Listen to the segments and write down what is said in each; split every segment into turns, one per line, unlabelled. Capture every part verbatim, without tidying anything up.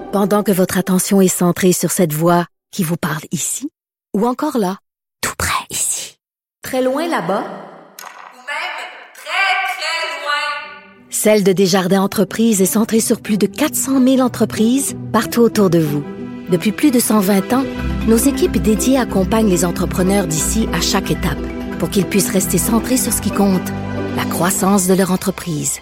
Pendant que votre attention est centrée sur cette voix qui vous parle ici, ou encore là, tout près ici, très loin là-bas,
ou même très, très loin,
Celle de Desjardins Entreprises est centrée sur plus de quatre cent mille entreprises partout autour de vous. Depuis plus de cent vingt ans, nos équipes dédiées accompagnent les entrepreneurs d'ici à chaque étape pour qu'ils puissent rester centrés sur ce qui compte, la croissance de leur entreprise.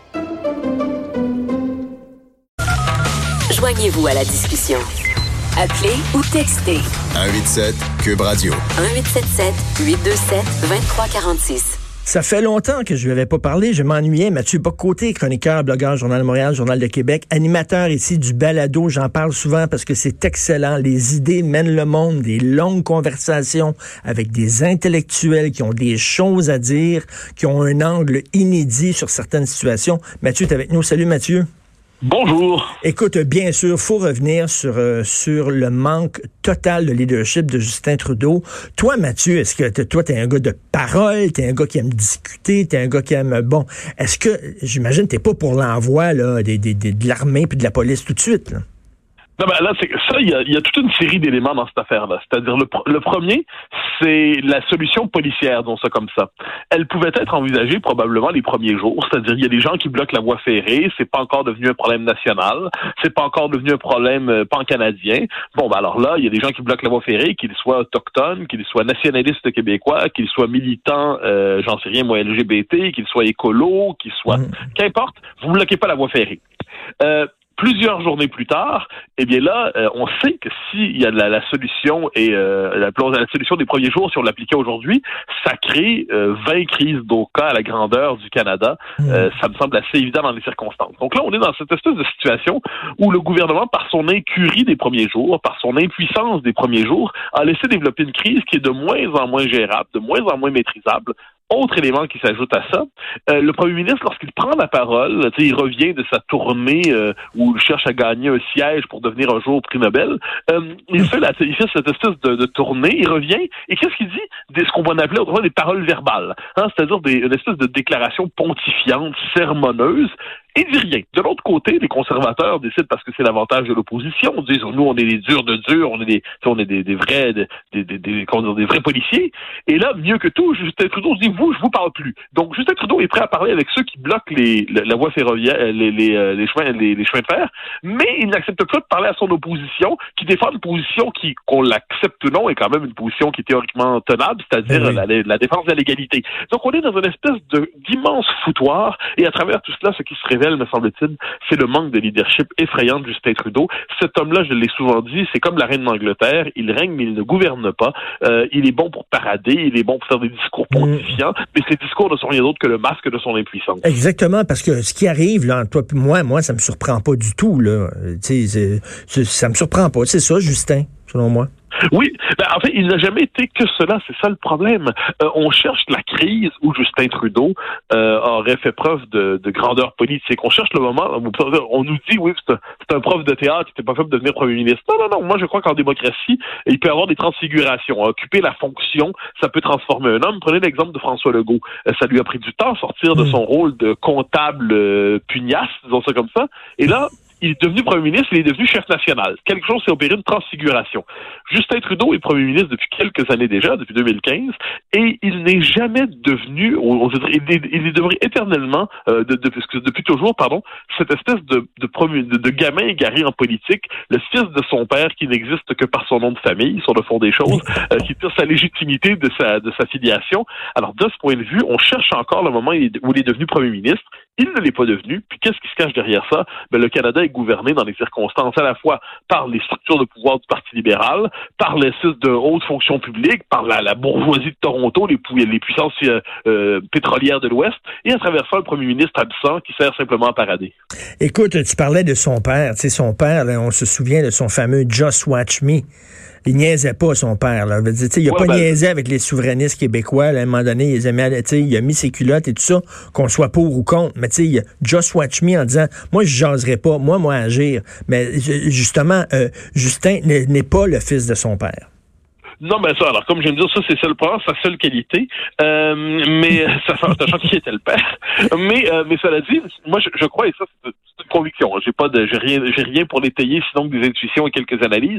Joignez-vous à la discussion. Appelez ou textez.
un huit sept Cube Radio.
un huit sept sept huit deux sept deux trois quatre six.
Ça fait longtemps que je lui avais pas parlé. Je m'ennuyais. Mathieu Bock-Côté, chroniqueur, blogueur, Journal de Montréal, Journal de Québec, animateur ici du balado. J'en parle souvent parce que c'est excellent. Les idées mènent le monde. Des longues conversations avec des intellectuels qui ont des choses à dire, qui ont un angle inédit sur certaines situations. Mathieu, t'es avec nous. Salut Mathieu.
Bonjour.
Écoute, bien sûr, faut revenir sur euh, sur le manque total de leadership de Justin Trudeau. Toi, Mathieu, est-ce que t'es, toi, t'es un gars de parole, t'es un gars qui aime discuter, t'es un gars qui aime... Bon, est-ce que, j'imagine, t'es pas pour l'envoi là, des, des, des, de l'armée puis de la police tout de suite, là?
Non, ben là, c'est ça, il y a, y a toute une série d'éléments dans cette affaire-là. C'est-à-dire, le, le premier, c'est la solution policière, disons ça comme ça. Elle pouvait être envisagée probablement les premiers jours. C'est-à-dire, il y a des gens qui bloquent la voie ferrée. C'est pas encore devenu un problème national. C'est pas encore devenu un problème euh, pan-canadien. Bon, ben alors là, il y a des gens qui bloquent la voie ferrée, qu'ils soient autochtones, qu'ils soient nationalistes québécois, qu'ils soient militants, euh, j'en sais rien, moi, L G B T, qu'ils soient écolos, qu'ils soient... Mmh. Qu'importe, vous bloquez pas la voie ferrée. Euh, Plusieurs journées plus tard, eh bien là, euh, on sait que s'il y a la, la solution et euh, la, la solution des premiers jours, si on l'appliquait aujourd'hui, ça crée euh, vingt crises d'O C A à la grandeur du Canada. Euh, ça me semble assez évident dans les circonstances. Donc là, on est dans cette espèce de situation où le gouvernement, par son incurie des premiers jours, par son impuissance des premiers jours, a laissé développer une crise qui est de moins en moins gérable, de moins en moins maîtrisable. Autre élément qui s'ajoute à ça, euh, le premier ministre, lorsqu'il prend la parole, il revient de sa tournée euh, où il cherche à gagner un siège pour devenir un jour prix Nobel, euh, il, fait la, il fait cette espèce de, de tournée, il revient, et qu'est-ce qu'il dit? Des, ce qu'on va appeler autrefois des paroles verbales, hein, c'est-à-dire des, une espèce de déclaration pontifiante, sermonneuse, et dit rien. De l'autre côté, les conservateurs décident, parce que c'est l'avantage de l'opposition, disent nous on est des durs de durs, on est des on est des, des vrais des, des, des, des, comment dire, des vrais policiers. Et là, mieux que tout, Justin Trudeau se dit vous, je vous parle plus. Donc Justin Trudeau est prêt à parler avec ceux qui bloquent les la, la voie ferroviaire, les les, les chemins les, les chemins de fer, mais il n'accepte pas de parler à son opposition, qui défend une position qui, qu'on l'accepte ou non, est quand même une position qui est théoriquement tenable, c'est-à-dire oui. la, la défense de l'égalité. Donc on est dans une espèce de d'immense foutoir, et à travers tout cela, ce qui se révèle, me semble-t-il, c'est le manque de leadership effrayant de Justin Trudeau. Cet homme-là, je l'ai souvent dit, c'est comme la reine d'Angleterre, il règne mais il ne gouverne pas. Euh, il est bon pour parader, il est bon pour faire des discours pontifiants, mmh. mais ces discours ne sont rien d'autre que le masque de son impuissance.
Exactement, parce que ce qui arrive, là, toi et moi, moi, ça me surprend pas du tout, là. Tu sais, ça me surprend pas. C'est ça, Justin, selon moi.
Oui, ben en fait, il n'a jamais été que cela, c'est ça le problème. Euh, on cherche la crise où Justin Trudeau euh, aurait fait preuve de, de grandeur politique. On cherche le moment où on nous dit, oui, c'est un, c'est un prof de théâtre qui n'était pas capable de devenir premier ministre. Non, non, non, moi je crois qu'en démocratie, il peut y avoir des transfigurations. Occuper la fonction, ça peut transformer un homme. Prenez l'exemple de François Legault. Euh, ça lui a pris du temps à sortir de son rôle de comptable euh, pugnace, disons ça comme ça. Et là, il est devenu premier ministre, il est devenu chef national. Quelque chose s'est opéré, une transfiguration. Justin Trudeau est premier ministre depuis quelques années déjà, depuis deux mille quinze, et il n'est jamais devenu, on, on dirait, il, est, il est devenu éternellement, euh, de, de, depuis toujours, pardon, cette espèce de, de, premier, de, de gamin égaré en politique, le fils de son père qui n'existe que par son nom de famille, sur le fond des choses, euh, qui tire sa légitimité de sa, de sa filiation. Alors, de ce point de vue, on cherche encore le moment où il est devenu premier ministre. Il ne l'est pas devenu. Puis qu'est-ce qui se cache derrière ça? Ben, le Canada est gouverné dans les circonstances à la fois par les structures de pouvoir du Parti libéral, par les de haute fonction publique, par la, la bourgeoisie de Toronto, les, les puissances euh, euh, pétrolières de l'Ouest, et à travers ça, le premier ministre absent qui sert simplement à parader.
Écoute, tu parlais de son père. Tu sais, son père, là, on se souvient de son fameux « Just Watch Me ». Il niaisait pas, son père. Là. Dire, il a ouais, pas ben, niaisé avec les souverainistes québécois. Là, à un moment donné, il, aimait, il a mis ses culottes et tout ça, qu'on soit pour ou contre. Mais tu sais, just watch me en disant, moi, je jaserai pas, moi, moi, agir. Mais justement, euh, Justin n'est pas le fils de son père.
Non, mais ça, alors, comme je viens de dire, ça, c'est ça le problème, sa seule qualité. Euh, mais, ça, sachant qui était le père. Mais, euh, mais cela dit, moi, je, je crois, et ça, c'est, c'est une conviction. J'ai pas de, j'ai rien, j'ai rien pour l'étayer, sinon que des intuitions et quelques analyses.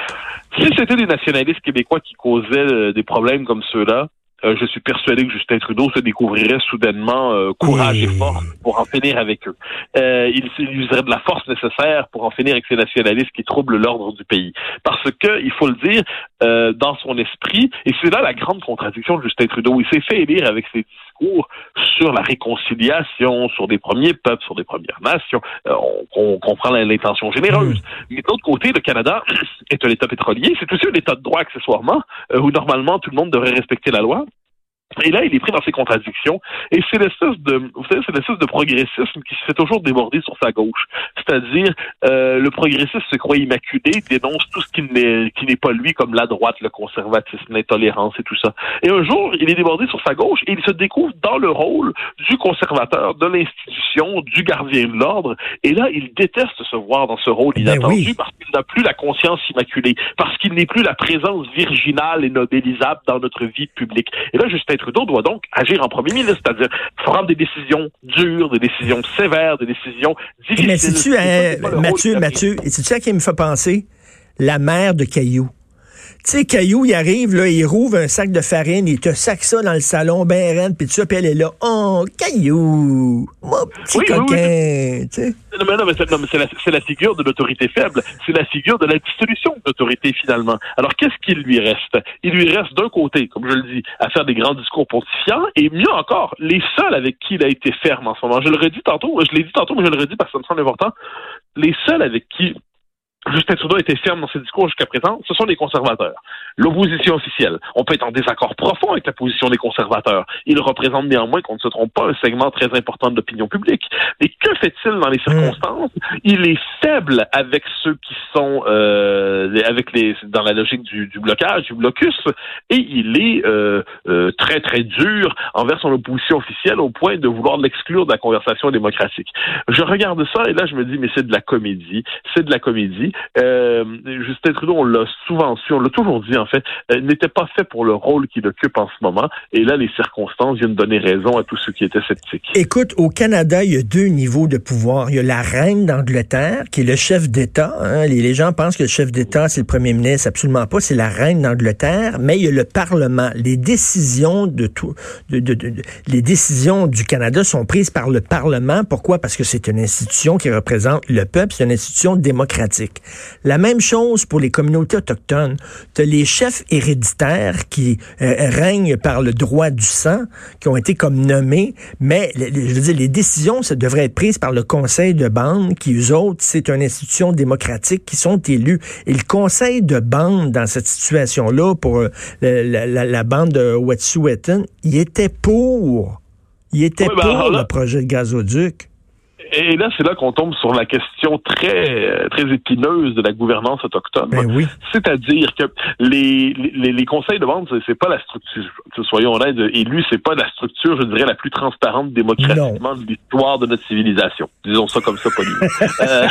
Si c'était des nationalistes québécois qui causaient euh, des problèmes comme ceux-là, Euh, je suis persuadé que Justin Trudeau se découvrirait soudainement euh, courage et, et force pour en finir avec eux. Euh, il, il userait de la force nécessaire pour en finir avec ces nationalistes qui troublent l'ordre du pays. Parce que, il faut le dire, euh, dans son esprit, et c'est là la grande contradiction de Justin Trudeau, il s'est fait élire avec ses discours sur la réconciliation, sur des premiers peuples, sur des premières nations. Euh, on, on comprend l'intention généreuse. Mmh. Mais de l'autre côté, le Canada est un État pétrolier. C'est aussi un État de droit, accessoirement, euh, où normalement tout le monde devrait respecter la loi. Et là, il est pris dans ses contradictions. Et c'est l'espèce de, vous savez, c'est l'espèce de progressisme qui se fait toujours déborder sur sa gauche. C'est-à-dire, euh, le progressiste se croit immaculé, dénonce tout ce qui n'est, qui n'est pas lui, comme la droite, le conservatisme, l'intolérance et tout ça. Et un jour, il est débordé sur sa gauche et il se découvre dans le rôle du conservateur, de l'institution, du gardien de l'ordre. Et là, il déteste se voir dans ce rôle inattendu oui. parce qu'il n'a plus la conscience immaculée, parce qu'il n'est plus la présence virginale et nobélisable dans notre vie publique. Et là, Justin Trudeau doit donc agir en premier ministre, c'est-à-dire prendre des décisions dures, des décisions sévères, des décisions difficiles.
Mais sais-tu, hein, Mathieu, Mathieu, et c'est ça qui me fait penser? La mère de Caillou. Tu sais, Caillou, il arrive, là, il rouvre un sac de farine, il te sac ça dans le salon, ben raide, puis tout ça, puis elle est là, oh, Caillou, mon petit oui, coquin, oui, oui. tu sais.
Non, mais non, mais, c'est, non, mais c'est, la, c'est la figure de l'autorité faible, c'est la figure de la dissolution de l'autorité, finalement. Alors, qu'est-ce qu'il lui reste? Il lui reste, d'un côté, comme je le dis, à faire des grands discours pontifiants, et mieux encore, les seuls avec qui il a été ferme en ce moment. Je le redis tantôt, je l'ai dit tantôt, mais je le redis parce que ça me semble important, les seuls avec qui Justin Trudeau était ferme dans ses discours jusqu'à présent, ce sont les conservateurs. L'opposition officielle. On peut être en désaccord profond avec la position des conservateurs. Il représente néanmoins, qu'on ne se trompe pas, un segment très important de l'opinion publique. Mais que fait-il dans les circonstances? Il est faible avec ceux qui sont euh, avec les dans la logique du, du blocage, du blocus, et il est euh, euh, très, très dur envers son opposition officielle au point de vouloir l'exclure de la conversation démocratique. Je regarde ça et là, je me dis, mais c'est de la comédie. C'est de la comédie. Euh, Justin Trudeau, on l'a souvent su, on l'a toujours dit en fait, euh, n'était pas fait pour le rôle qu'il occupe en ce moment. Et là, les circonstances viennent donner raison à tous ceux qui étaient sceptiques.
Écoute, au Canada, il y a deux niveaux de pouvoir. Il y a la reine d'Angleterre, qui est le chef d'État. Hein. Les, les gens pensent que le chef d'État, c'est le premier ministre. Absolument pas. C'est la reine d'Angleterre. Mais il y a le Parlement. Les décisions de tout, de, de, de, de, les décisions du Canada sont prises par le Parlement. Pourquoi? Parce que c'est une institution qui représente le peuple. C'est une institution démocratique. La même chose pour les communautés autochtones. Tu as les chefs héréditaires qui euh, règnent par le droit du sang, qui ont été comme nommés, mais je veux dire, les décisions, ça devrait être prises par le conseil de bande, qui, eux autres, c'est une institution démocratique, qui sont élus. Et le conseil de bande, dans cette situation-là, pour euh, la, la, la bande de Wet'suwet'en, il était pour. Il était oui, ben, pour là, le projet de gazoduc.
Et là, c'est là qu'on tombe sur la question très très épineuse de la gouvernance autochtone.
Ben oui.
C'est-à-dire que les, les les conseils de bande, c'est, c'est pas la structure, soyons honnêtes, élu, c'est pas la structure, je dirais, la plus transparente démocratiquement non. de l'histoire de notre civilisation. Disons ça comme ça, poliment. euh,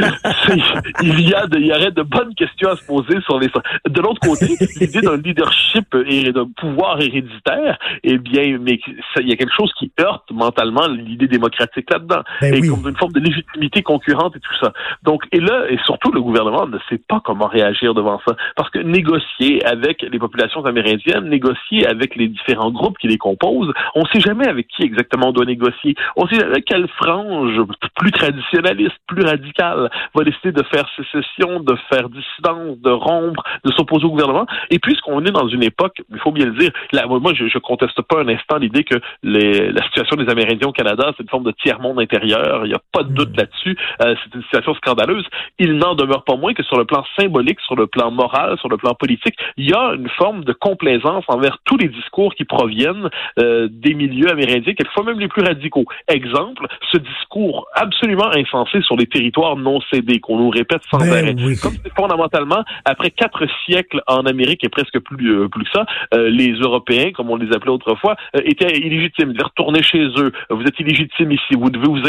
il y a de, il y aurait de bonnes questions à se poser sur les. De l'autre côté, l'idée d'un leadership et d'un pouvoir héréditaire, eh bien, mais ça, il y a quelque chose qui heurte mentalement l'idée démocratique là-dedans.
Ben
et
oui.
comme une forme de légitimité concurrente et tout ça. Donc, et là, et surtout, le gouvernement ne sait pas comment réagir devant ça. Parce que négocier avec les populations amérindiennes, négocier avec les différents groupes qui les composent, on ne sait jamais avec qui exactement on doit négocier. On sait avec quelle frange plus traditionnaliste, plus radicale, va décider de faire sécession, de faire dissidence, de rompre, de s'opposer au gouvernement. Et puisqu'on est dans une époque, il faut bien le dire, là, moi, je, je conteste pas un instant l'idée que les, la situation des Amérindiens au Canada, c'est une forme de tiers-monde intérieur. Il n'y a pas de doute là-dessus. Euh, c'est une situation scandaleuse. Il n'en demeure pas moins que sur le plan symbolique, sur le plan moral, sur le plan politique, il y a une forme de complaisance envers tous les discours qui proviennent euh, des milieux amérindiens, quelquefois même les plus radicaux. Exemple, ce discours absolument insensé sur les territoires non cédés, qu'on nous répète sans
ben
arrêt.
Oui.
Comme c'est fondamentalement, après quatre siècles en Amérique et presque plus, euh, plus que ça, euh, les Européens, comme on les appelait autrefois, euh, étaient illégitimes. Ils devaient retourner chez eux. Vous êtes illégitimes ici. Vous devez vous incliner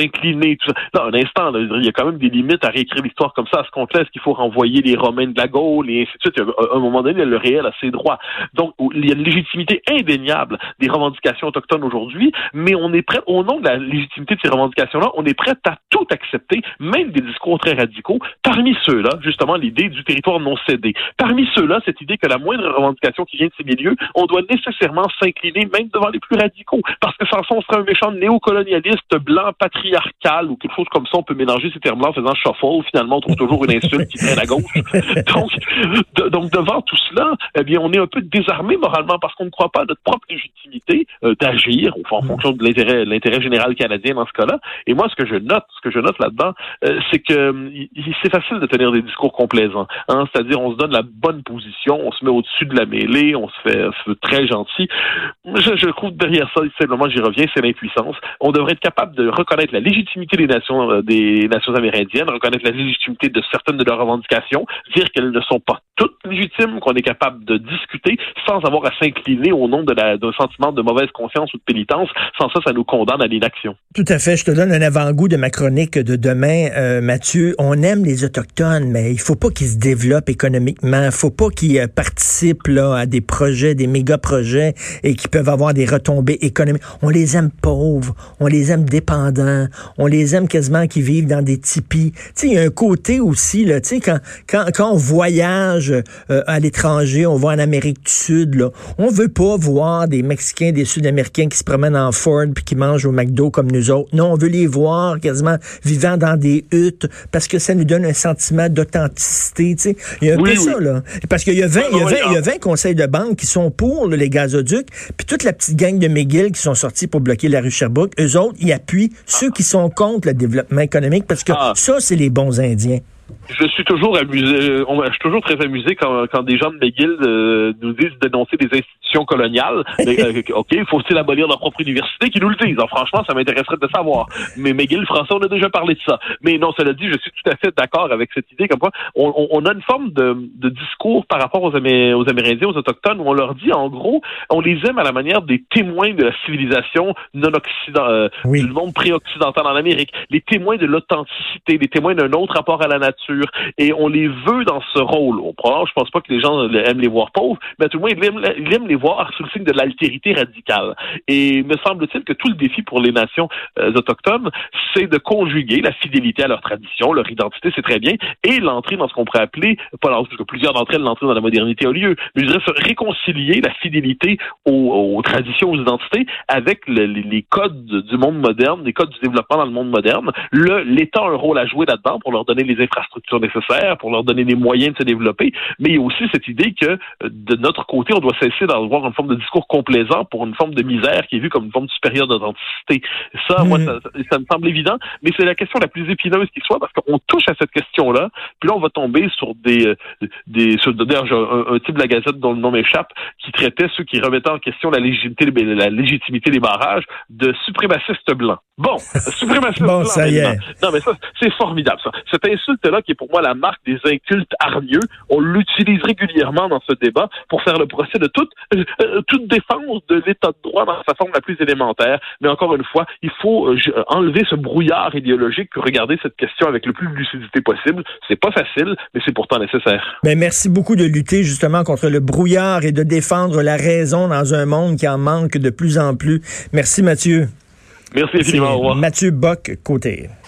donné, tout ça. Là, un instant, là, il y a quand même des limites à réécrire l'histoire comme ça à ce compte-là. Est-ce qu'il faut renvoyer les Romains de la Gaule et ainsi de suite? À un moment donné, le réel a ses droits. Donc, il y a une légitimité indéniable des revendications autochtones aujourd'hui, mais on est prêt, au nom de la légitimité de ces revendications-là, on est prêt à tout accepter, même des discours très radicaux. Parmi ceux-là, justement, l'idée du territoire non cédé. Parmi ceux-là, cette idée que la moindre revendication qui vient de ces milieux, on doit nécessairement s'incliner même devant les plus radicaux, parce que sans ça, on serait un méchant néocolonialiste blanc patriarcal ou quelque chose comme ça. On peut mélanger ces termes-là en faisant shuffle. Finalement, on trouve toujours une insulte qui traîne à gauche. Donc, de, donc devant tout cela, eh bien, on est un peu désarmé moralement parce qu'on ne croit pas à notre propre légitimité euh, d'agir en fonction de l'intérêt, l'intérêt général canadien dans ce cas-là. Et moi, ce que je note, ce que je note là-dedans, euh, c'est que il, c'est facile de tenir des discours complaisants. Hein? C'est-à-dire, on se donne la bonne position, on se met au-dessus de la mêlée, on se fait, on se fait très gentil. Je, je trouve derrière ça, simplement, j'y reviens, c'est l'impuissance. On devrait être capable de reconnaître la légitimité des nations, euh, des nations amérindiennes, reconnaître la légitimité de certaines de leurs revendications, dire qu'elles ne sont pas toutes légitimes, qu'on est capable de discuter sans avoir à s'incliner au nom de la, d'un sentiment de mauvaise conscience ou de pénitence. Sans ça, ça nous condamne à l'inaction.
Tout à fait. Je te donne un avant-goût de ma chronique de demain, euh, Mathieu. On aime les Autochtones, mais il faut pas qu'ils se développent économiquement. Il faut pas qu'ils euh, participent là, à des projets, des méga-projets et qui peuvent avoir des retombées économiques. On les aime pauvres, on les aime dépendants, on les aime quasiment qui vivent dans des tipis. Tu sais, il y a un côté aussi, là, tu sais, quand, quand, quand on voyage euh, à l'étranger, on va en Amérique du Sud, là, on veut pas voir des Mexicains, des Sud-Américains qui se promènent en Ford puis qui mangent au McDo comme nous autres. Non, on veut les voir quasiment vivant dans des huttes parce que ça nous donne un sentiment d'authenticité, tu sais. Il y a un oui, peu oui. ça, là. Parce qu'il y a vingt, il y a vingt, il y a vingt conseils de banque qui sont pour là, les gazoducs, puis toute la petite gang de McGill qui sont sortis pour bloquer la rue Sherbrooke, eux autres, ils appuient ah. ceux qui sont contre le développement économique parce que ah. ça, c'est les bons Indiens.
Je suis toujours amusé, on, je suis toujours très amusé quand, quand des gens de McGill euh, nous disent dénoncer des institutions coloniales. Mais, euh, OK, faut-il abolir leur propre université? Qu'ils nous le disent. Alors, franchement, ça m'intéresserait de savoir. Mais McGill, français, on a déjà parlé de ça. Mais non, cela dit, je suis tout à fait d'accord avec cette idée. Comme quoi, on, on, on a une forme de, de discours par rapport aux, Amé, aux Amérindiens, aux Autochtones, où on leur dit, en gros, on les aime à la manière des témoins de la civilisation non-occidentale, euh, oui. du monde pré-occidental en Amérique. Les témoins de l'authenticité, les témoins d'un autre rapport à la nature. Et on les veut dans ce rôle. On prend, je pense pas que les gens aiment les voir pauvres, mais à tout le moins, ils aiment, ils aiment les voir sous le signe de l'altérité radicale. Et me semble-t-il que tout le défi pour les nations euh, autochtones, c'est de conjuguer la fidélité à leur tradition, leur identité, c'est très bien, et l'entrée dans ce qu'on pourrait appeler, pas l'entrée, parce que plusieurs d'entre elles, l'entrée dans la modernité a lieu, mais je dirais se réconcilier la fidélité aux, aux traditions, aux identités, avec le, les, les codes du monde moderne, les codes du développement dans le monde moderne. Le, l'État a un rôle à jouer là-dedans pour leur donner les infrastructures nécessaires, pour leur donner les moyens de se développer, mais il y a aussi cette idée que de notre côté, on doit cesser d'avoir une forme de discours complaisant pour une forme de misère qui est vue comme une forme supérieure d'authenticité. Ça, mmh. moi, ça, ça me semble évident, mais c'est la question la plus épineuse qui soit parce qu'on touche à cette question-là, puis là, on va tomber sur des... des sur, d'ailleurs, un, un type de la Gazette dont le nom m'échappe, qui traitait ceux qui remettaient en question la légitimité, la légitimité des barrages de suprémacistes blancs. Bon, suprémacistes
bon,
blancs.
Ça y est.
Non, mais ça, c'est formidable, ça. Cette insulte-là, qui est pour moi la marque des incultes hargneux, on l'utilise régulièrement dans ce débat pour faire le procès de toute, euh, toute défense de l'état de droit dans sa forme la plus élémentaire. Mais encore une fois, il faut euh, enlever ce brouillard idéologique puis regarder cette question avec le plus de lucidité possible. C'est pas facile, mais c'est pourtant nécessaire.
Ben, merci beaucoup de lutter justement contre le brouillard et de défendre la raison dans un monde qui en manque de plus en plus. Merci Mathieu.
Merci infiniment. Au revoir.
Mathieu Bock-Côté.